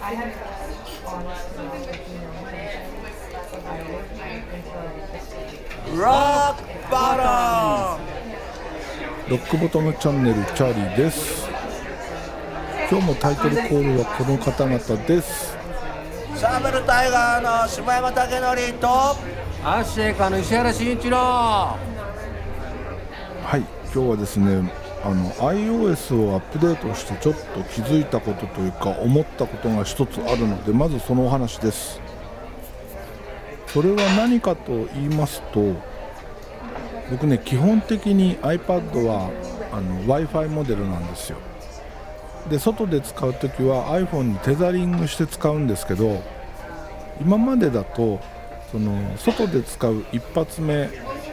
ロックバトン。 ロックボトムチャンネルチャーリーです。今日もタイトルコールはこの方々です。 シャーベルタイガーの下山武則とアッシェイカーの石原慎一郎。 はい、今日はですねiOS をアップデートしてちょっと気づいたことというか思ったことが一つあるので、まずそのお話です。それは何かと言いますと、僕ね基本的に iPad はWi-Fi モデルなんですよ。で外で使うときは iPhone にテザリングして使うんですけど、今までだと外で使う一発目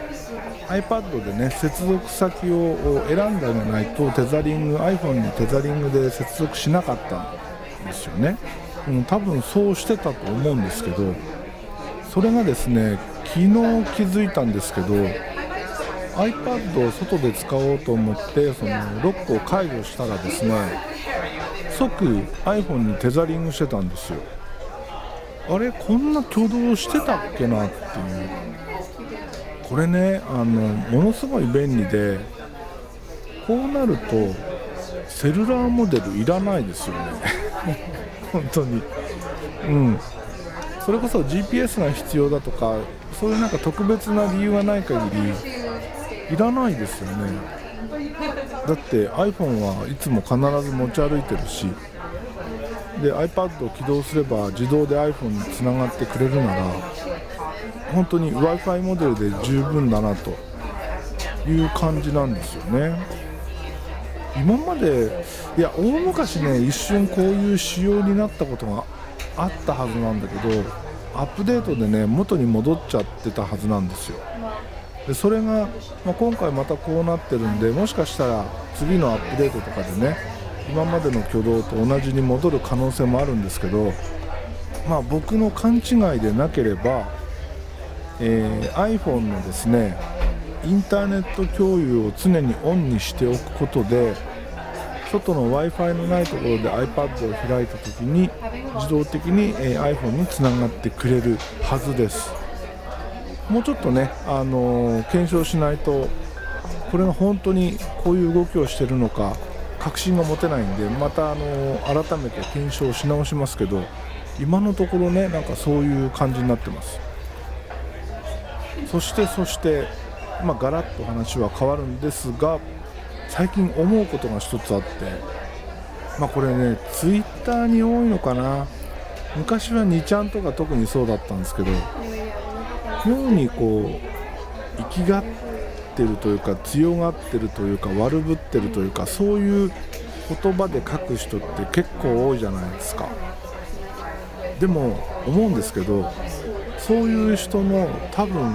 iPad でね接続先を選んだんじゃないとiPhone にテザリングで接続しなかったんですよね。多分そうしてたと思うんですけど、それがですね昨日気づいたんですけど、 iPad を外で使おうと思ってロックを解除したらですね、即 iPhone にテザリングしてたんですよ。あれこんな挙動してたっけなっていう。これねものすごい便利で、こうなるとセルラーモデルいらないですよね本当に。それこそ GPS が必要だとかそういうなんか特別な理由がない限りいらないですよね。だって iPhone はいつも必ず持ち歩いてるし、で iPad を起動すれば自動で iPhone につながってくれるなら本当に Wi-Fi モデルで十分だなという感じなんですよね。今まで大昔ね一瞬こういう仕様になったことがあったはずなんだけど、アップデートでね元に戻っちゃってたはずなんですよ。でそれが、今回またこうなってるんで、もしかしたら次のアップデートとかでね今までの挙動と同じに戻る可能性もあるんですけど、僕の勘違いでなければ、iPhone のですねインターネット共有を常にオンにしておくことで、外の Wi-Fi のないところで iPad を開いた時に自動的に iPhone につながってくれるはずです。もうちょっとね、検証しないとこれが本当にこういう動きをしているのか確信が持てないんで、また改めて検証し直しますけど、今のところねなんかそういう感じになってます。そしてガラッと話は変わるんですが、最近思うことが一つあって、これねツイッターに多いのかな。昔は2ちゃんとか特にそうだったんですけど、妙にこう生きがってるというか強がってるというか悪ぶってるというか、そういう言葉で書く人って結構多いじゃないですか。でも思うんですけど、そういう人の多分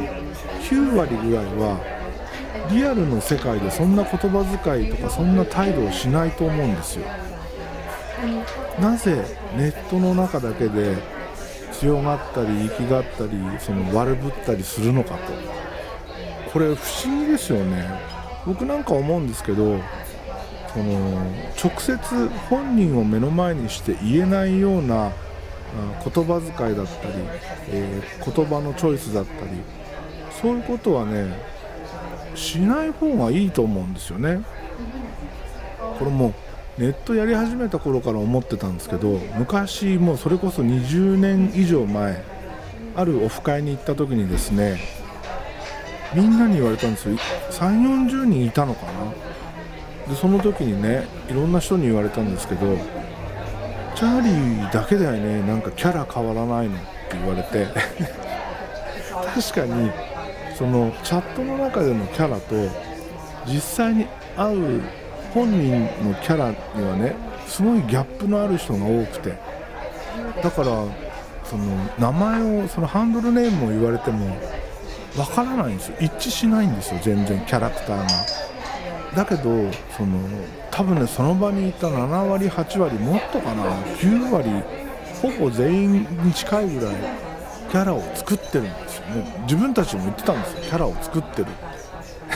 9割ぐらいはリアルの世界でそんな言葉遣いとかそんな態度をしないと思うんですよ。なぜネットの中だけで強がったり生きがったり悪ぶったりするのかと。これ不思議ですよね。僕なんか思うんですけど、直接本人を目の前にして言えないような言葉遣いだったり、言葉のチョイスだったり、そういうことはねしない方がいいと思うんですよね。これもネットやり始めた頃から思ってたんですけど、昔もうそれこそ20年以上前、あるオフ会に行った時にですね、みんなに言われたんですよ。3、40人いたのかな。でその時にねいろんな人に言われたんですけど、チャーリーだけだよねなんかキャラ変わらないのって言われて確かにチャットの中でのキャラと実際に会う本人のキャラにはねすごいギャップのある人が多くて、だから名前をハンドルネームを言われてもわからないんですよ。一致しないんですよ全然キャラクターが。だけど多分ねその場にいた7割8割もっとかな9割ほぼ全員に近いぐらいキャラを作ってるんですよね。自分たちも言ってたんですよ、キャラを作ってる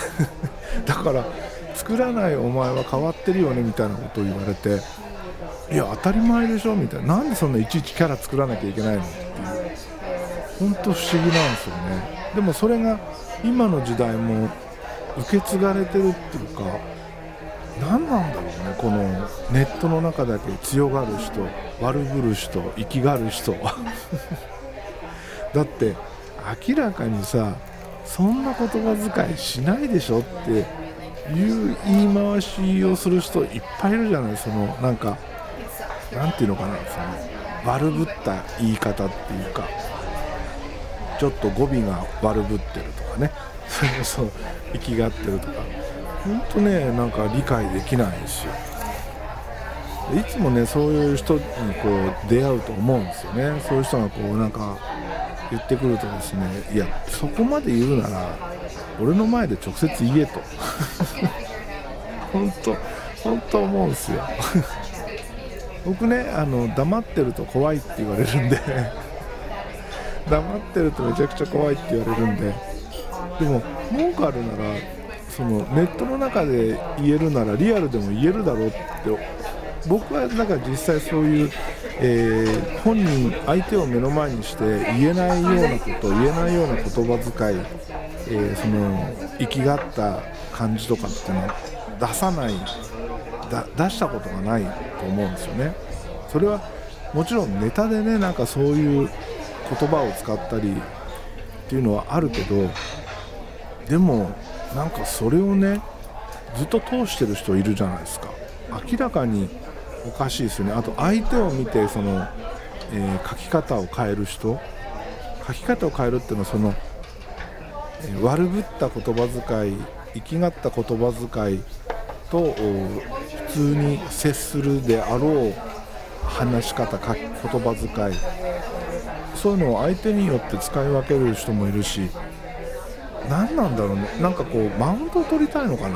だから作らないお前は変わってるよねみたいなことを言われて、 いや当たり前でしょみたいな、なんでそんないちいちキャラ作らなきゃいけないのっていう、本当不思議なんですよね。でもそれが今の時代も受け継がれてるっていうか、何なんだろうね、このネットの中だけ強がる人、悪ぶる人、生きがる人だって明らかにさ、そんな言葉遣いしないでしょっていう言い回しをする人いっぱいいるじゃない。そのなんかなんていうのかな、その悪ぶった言い方っていうか、ちょっと語尾が悪ぶってるとかねそう生きがってるとか、本当ね、なんか理解できないんですよ。いつもね、そういう人にこう出会うと思うんですよね。そういう人がこうなんか言ってくるとですね、いやそこまで言うなら俺の前で直接言えと本当思うんですよ僕ね、黙ってると怖いって言われるんで黙ってるとめちゃくちゃ怖いって言われるんで、でも文句あるならそのネットの中で言えるならリアルでも言えるだろうって、僕はだから実際そういう、本人相手を目の前にして言えないようなこと、言えないような言葉遣い、その生きがった感じとかっていうのは出さない、出したことがないと思うんですよね。それはもちろんネタでね、なんかそういう言葉を使ったりっていうのはあるけど、でもなんかそれをねずっと通してる人いるじゃないですか。明らかにおかしいですよね。あと相手を見てその、書き方を変える人、書き方を変えるっていうのはその、悪ぶった言葉遣い、生きがった言葉遣いと普通に接するであろう話し方、言葉遣い、そういうのを相手によって使い分ける人もいるし、何なんだろうね、なんかこうマウントを取りたいのかな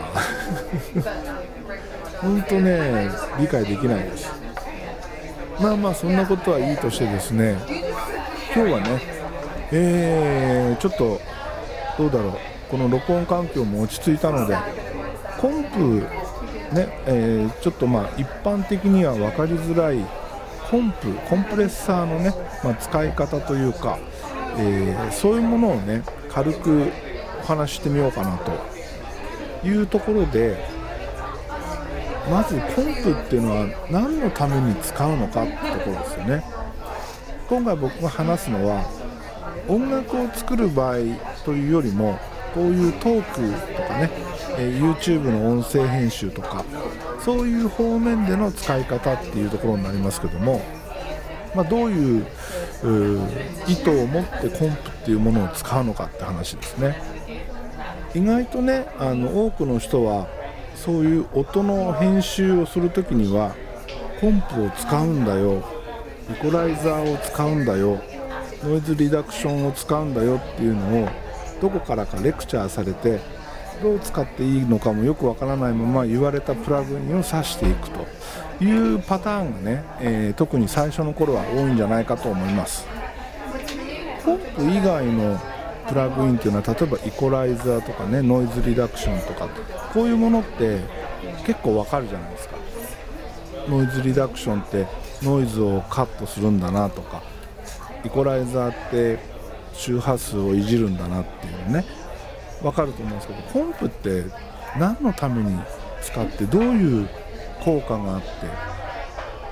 本当ね、理解できないです。まあそんなことはいいとしてですね、今日はね、ちょっとどうだろう、この録音環境も落ち着いたのでコンプね、ちょっと一般的には分かりづらいコンプレッサーのね、使い方というか、そういうものをね軽くお話ししてみようかなというところで、まずコンプっていうのは何のために使うのかってところですよね。今回僕が話すのは音楽を作る場合というよりも、こういうトークとかね、YouTube の音声編集とかそういう方面での使い方っていうところになりますけども、どういう意図を持ってコンプっていうものを使うのかって話ですね。意外とね、多くの人はそういう音の編集をするときにはコンプを使うんだよ、イコライザーを使うんだよ、ノイズリダクションを使うんだよっていうのをどこからかレクチャーされて、どう使っていいのかもよくわからないまま言われたプラグインを挿していくというパターンがね、特に最初の頃は多いんじゃないかと思います。コンプ以外のプラグインっていうのは、例えばイコライザーとかね、ノイズリダクションとか、こういうものって結構わかるじゃないですか。ノイズリダクションってノイズをカットするんだなとか、イコライザーって周波数をいじるんだなっていうのね、わかると思うんですけど、コンプって何のために使ってどういう効果があって、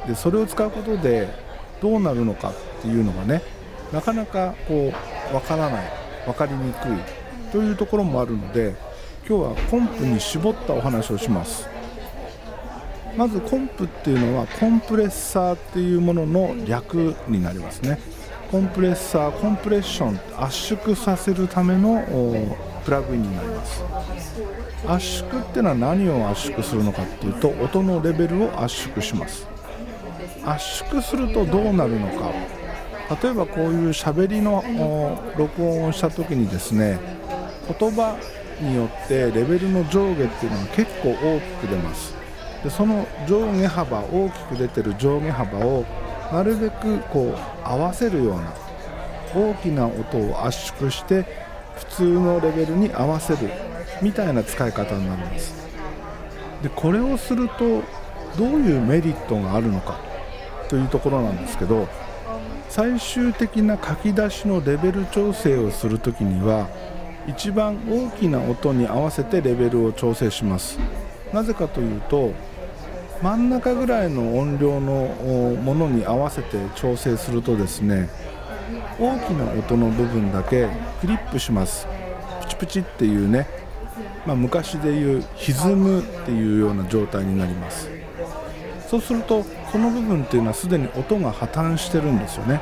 でそれを使うことでどうなるのかっていうのがね、なかなかこうわからない、わかりにくいというところもあるので、今日はコンプに絞ったお話をします。まずコンプっていうのはコンプレッサーっていうものの略になりますね。コンプレッサー、コンプレッション、圧縮させるためのプラグインになります。圧縮っていうのは何を圧縮するのかっていうと、音のレベルを圧縮します。圧縮するとどうなるのか、例えばこういう喋りの録音をした時にですね、言葉によってレベルの上下っていうのが結構大きく出ます。でその上下幅、大きく出てる上下幅をなるべくこう合わせるような大きな音を圧縮して普通のレベルに合わせるみたいな使い方になります。でこれをするとどういうメリットがあるのかというところなんですけど、最終的な書き出しのレベル調整をするときには一番大きな音に合わせてレベルを調整します。なぜかというと、真ん中ぐらいの音量のものに合わせて調整するとですね、大きな音の部分だけクリップします。プチプチっていうね、昔でいう歪むっていうような状態になります。そうするとその部分っていうのはすでに音が破綻してるんですよね。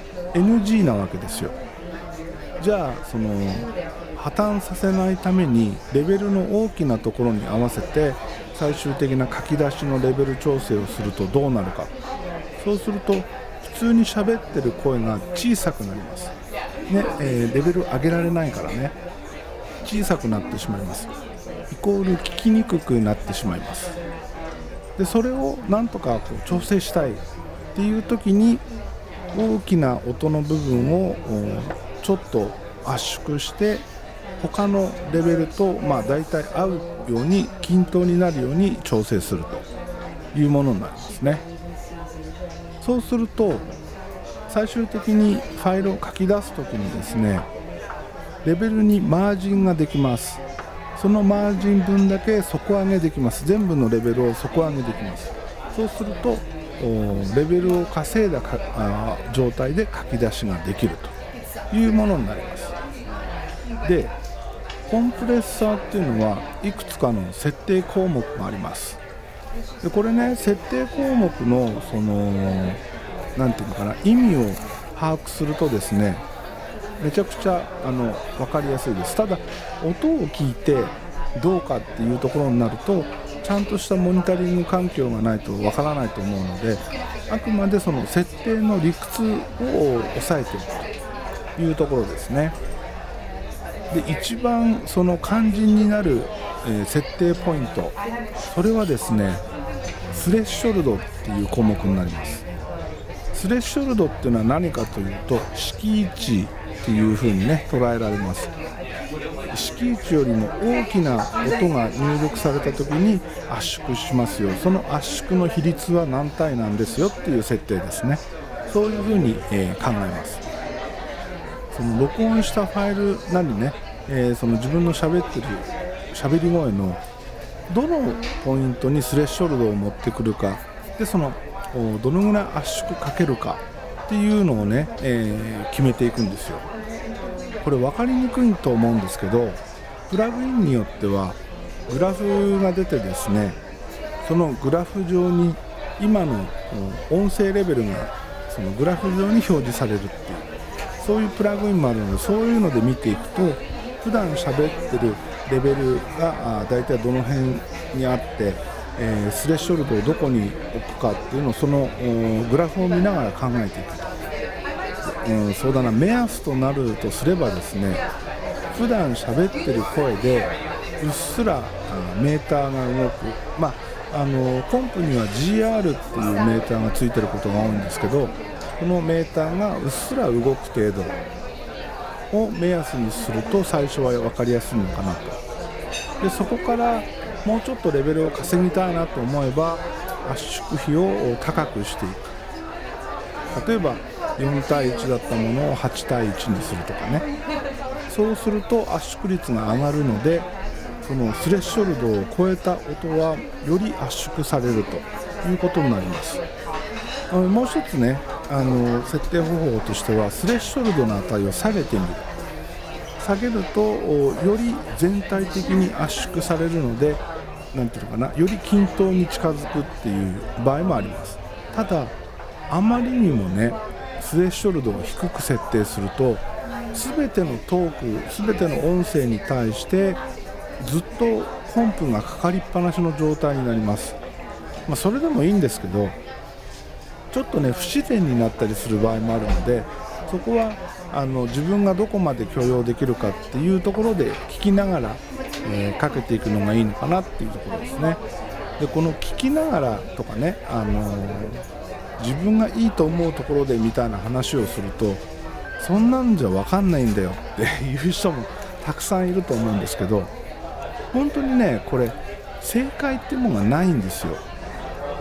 NG なわけですよ。じゃあその破綻させないためにレベルの大きなところに合わせて最終的な書き出しのレベル調整をするとどうなるか。そうすると普通に喋ってる声が小さくなりますね。レベル上げられないからね、小さくなってしまいます。イコール聞きにくくなってしまいます。でそれをなんとか調整したいっていう時に大きな音の部分をちょっと圧縮して他のレベルとだいたい合うように均等になるように調整するというものになりますね。そうすると最終的にファイルを書き出すときにですね、レベルにマージンができます。そのマージン分だけ底上げできます。全部のレベルを底上げできます。そうするとレベルを稼いだ状態で書き出しができるというものになります。でコンプレッサーっていうのはいくつかの設定項目があります。でこれね、設定項目のなんていうのかな、意味を把握するとですね、めちゃくちゃ分かりやすいです。ただ音を聞いてどうかっていうところになるとちゃんとしたモニタリング環境がないと分からないと思うので、あくまでその設定の理屈を抑えているというところですね。で一番その肝心になる、設定ポイント、それはですねスレッショルドっていう項目になります。スレッショルドっていうのは何かというと敷地っていう風にね捉えられます。敷地よりも大きな音が入力された時に圧縮しますよ。その圧縮の比率は何対なんですよっていう設定ですね。そういう風に、考えます。その録音したファイルなりね、その自分の喋ってる喋り声のどのポイントにスレッショルドを持ってくるかで、そのどのぐらい圧縮かけるかっていうのをね、決めていくんですよ。これ分かりにくいと思うんですけど、プラグインによってはグラフが出てですね、そのグラフ上に今の音声レベルがそのグラフ上に表示されるっていう、そういうプラグインもあるので、そういうので見ていくと普段喋ってるレベルがだいたいどの辺にあって、スレッショルドをどこに置くかっていうのをそのグラフを見ながら考えていくと、そうだな、目安となるとすればですね、普段喋ってる声でうっすらメーターが動く、コンプには GR っていうメーターがついてることが多いんですけど、このメーターがうっすら動く程度を目安にすると最初は分かりやすいのかなと。でそこからもうちょっとレベルを稼ぎたいなと思えば圧縮比を高くしていく。例えば4対1だったものを8対1にするとかね。そうすると圧縮率が上がるので、そのスレッショルドを超えた音はより圧縮されるということになります。もう一つね、設定方法としてはスレッショルドの値を下げてみる。下げるとより全体的に圧縮されるので、なんていうのかな、より均等に近づくっていう場合もあります。ただあまりにもねスレッショルドを低く設定すると全てのトーク、全ての音声に対してずっとコンプがかかりっぱなしの状態になります。それでもいいんですけど、ちょっとね不自然になったりする場合もあるので、そこは自分がどこまで許容できるかっていうところで聞きながら、かけていくのがいいのかなっていうところですね。でこの聞きながらとかね、自分がいいと思うところでみたいな話をすると、そんなんじゃ分かんないんだよっていう人もたくさんいると思うんですけど、本当にねこれ正解っていうものがないんですよ。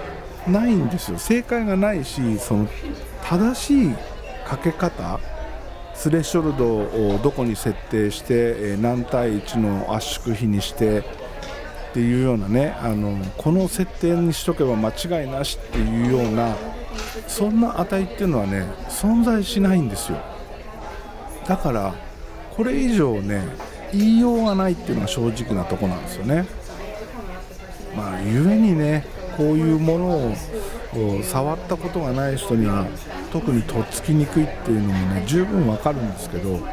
ないんですよ。正解がないし、その正しいかけ方、スレッショルドをどこに設定して何対1の圧縮比にしてっていうようなね、この設定にしとけば間違いなしっていうような、そんな値っていうのはね存在しないんですよ。だからこれ以上ね言いようがないっていうのが正直なとこなんですよね。ゆえにね、こういうものを触ったことがない人には特にとっつきにくいっていうのもね十分わかるんですけど、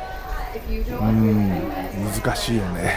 難しいよね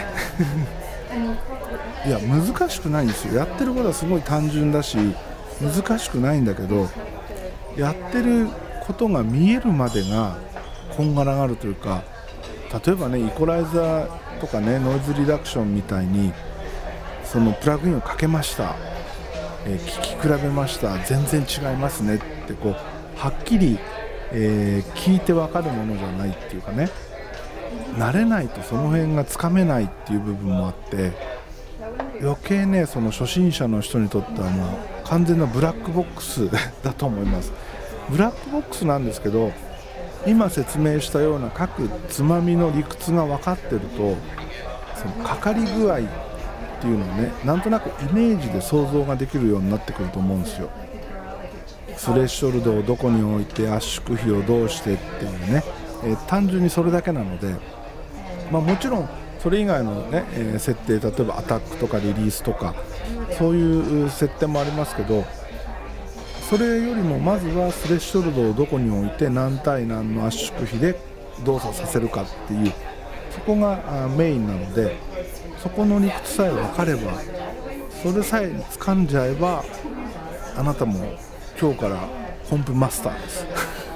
いや難しくないんですよ。やってることはすごい単純だし難しくないんだけど、やってることが見えるまでがこんがらがるというか、例えばねイコライザーとかねノイズリダクションみたいにそのプラグインをかけました、聞き比べました、全然違いますねってこうはっきり、聞いてわかるものじゃないっていうかね、慣れないとその辺がつかめないっていう部分もあって、余計ねその初心者の人にとってはもう完全なブラックボックスだと思います。ブラックボックスなんですけど、今説明したような各つまみの理屈が分かってると、そのかかり具合っていうのをねなんとなくイメージで想像ができるようになってくると思うんですよ。スレッショルドをどこに置いて圧縮比をどうしてっていうね、単純にそれだけなので、もちろんそれ以外のね、設定、例えばアタックとかリリースとかそういう設定もありますけど、それよりもまずはスレッショルドをどこに置いて何対何の圧縮比で動作させるかっていう、そこがメインなので、そこの理屈さえ分かれば、それさえ掴んじゃえばあなたも今日からコンプマスターです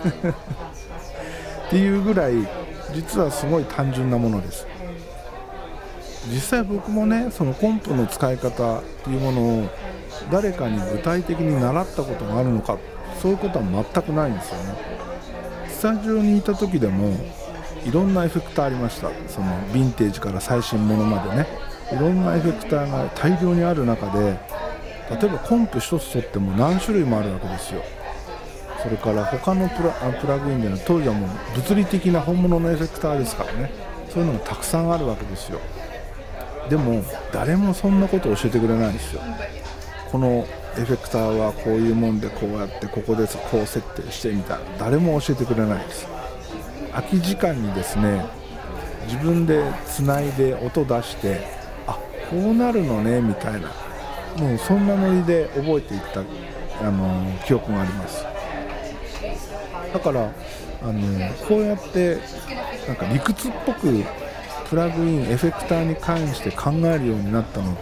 っていうぐらい実はすごい単純なものです。実際僕もねそのコンプの使い方っていうものを誰かに具体的に習ったことがあるのか、そういうことは全くないんですよね。スタジオにいた時でもいろんなエフェクターありました。そのヴィンテージから最新ものまでね、いろんなエフェクターが大量にある中で、例えばコンプ一つ取っても何種類もあるわけですよ。それから他のプラグインでは当時はもう物理的な本物のエフェクターですからね、そういうのがたくさんあるわけですよ。でも誰もそんなことを教えてくれないんですよ。このエフェクターはこういうもんでこうやってここでこう設定してみたいな、誰も教えてくれないです。空き時間にですね自分でつないで音出して、あ、こうなるのねみたいな、もうそんなノリで覚えていった記憶があります。だからこうやってなんか理屈っぽくプラグインエフェクターに関して考えるようになったのって、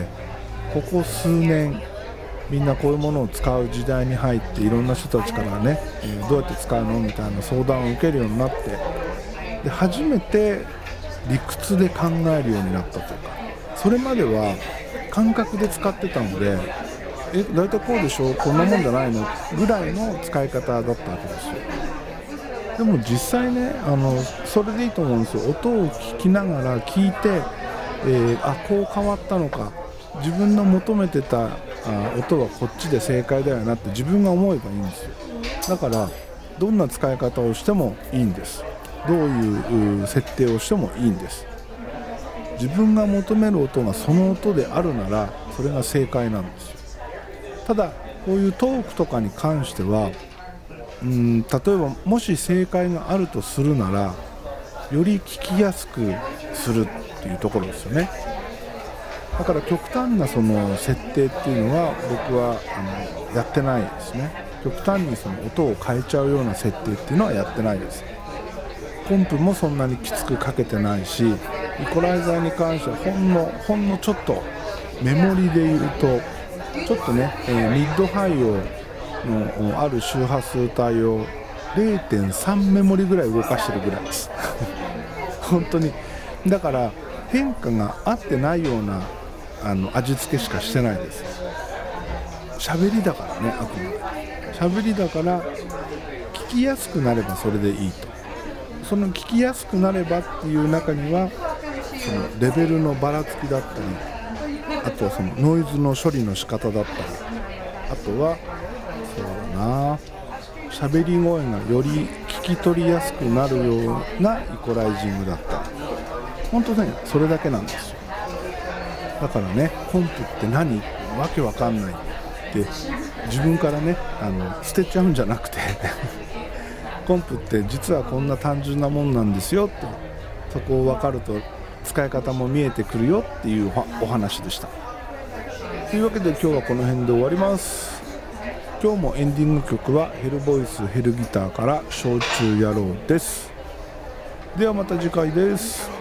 ここ数年みんなこういうものを使う時代に入って、いろんな人たちからね、どうやって使うのみたいな相談を受けるようになって、で初めて理屈で考えるようになったというか、それまでは感覚で使ってたので、だいたいこうでしょ、こんなもんじゃないのぐらいの使い方だったわけですよ。でも実際ねそれでいいと思うんですよ。音を聞きながら聞いて、こう変わったのか、自分の求めてた音はこっちで正解だよなって自分が思えばいいんですよ。だからどんな使い方をしてもいいんです。どういう設定をしてもいいんです。自分が求める音がその音であるならそれが正解なんですよ。ただこういうトークとかに関しては例えばもし正解があるとするなら、より聞きやすくするっていうところですよね。だから極端なその設定っていうのは僕はやってないですね。極端にその音を変えちゃうような設定っていうのはやってないです。コンプもそんなにきつくかけてないし、イコライザーに関してはほんのちょっとメモリで言うとちょっとね、ミッドハイのある周波数帯を 0.3 メモリぐらい動かしてるぐらいです本当に。だから変化が合ってないような味付けしかしてないです。喋りだからね、あくまで喋りだから聞きやすくなればそれでいいと。その聞きやすくなればっていう中にはそのレベルのばらつきだったり、あとはそのノイズの処理の仕方だったり、あとはそうだな、喋り声がより聞き取りやすくなるようなイコライジングだった。本当ね、それだけなんですよ。だからね、コンプって何、わけわかんないって自分からね捨てちゃうんじゃなくてコンプって実はこんな単純なもんなんですよって、そこを分かると使い方も見えてくるよっていうお話でした。というわけで今日はこの辺で終わります。今日もエンディング曲はヘルボイスヘルギターから焼酎野郎です。ではまた次回です。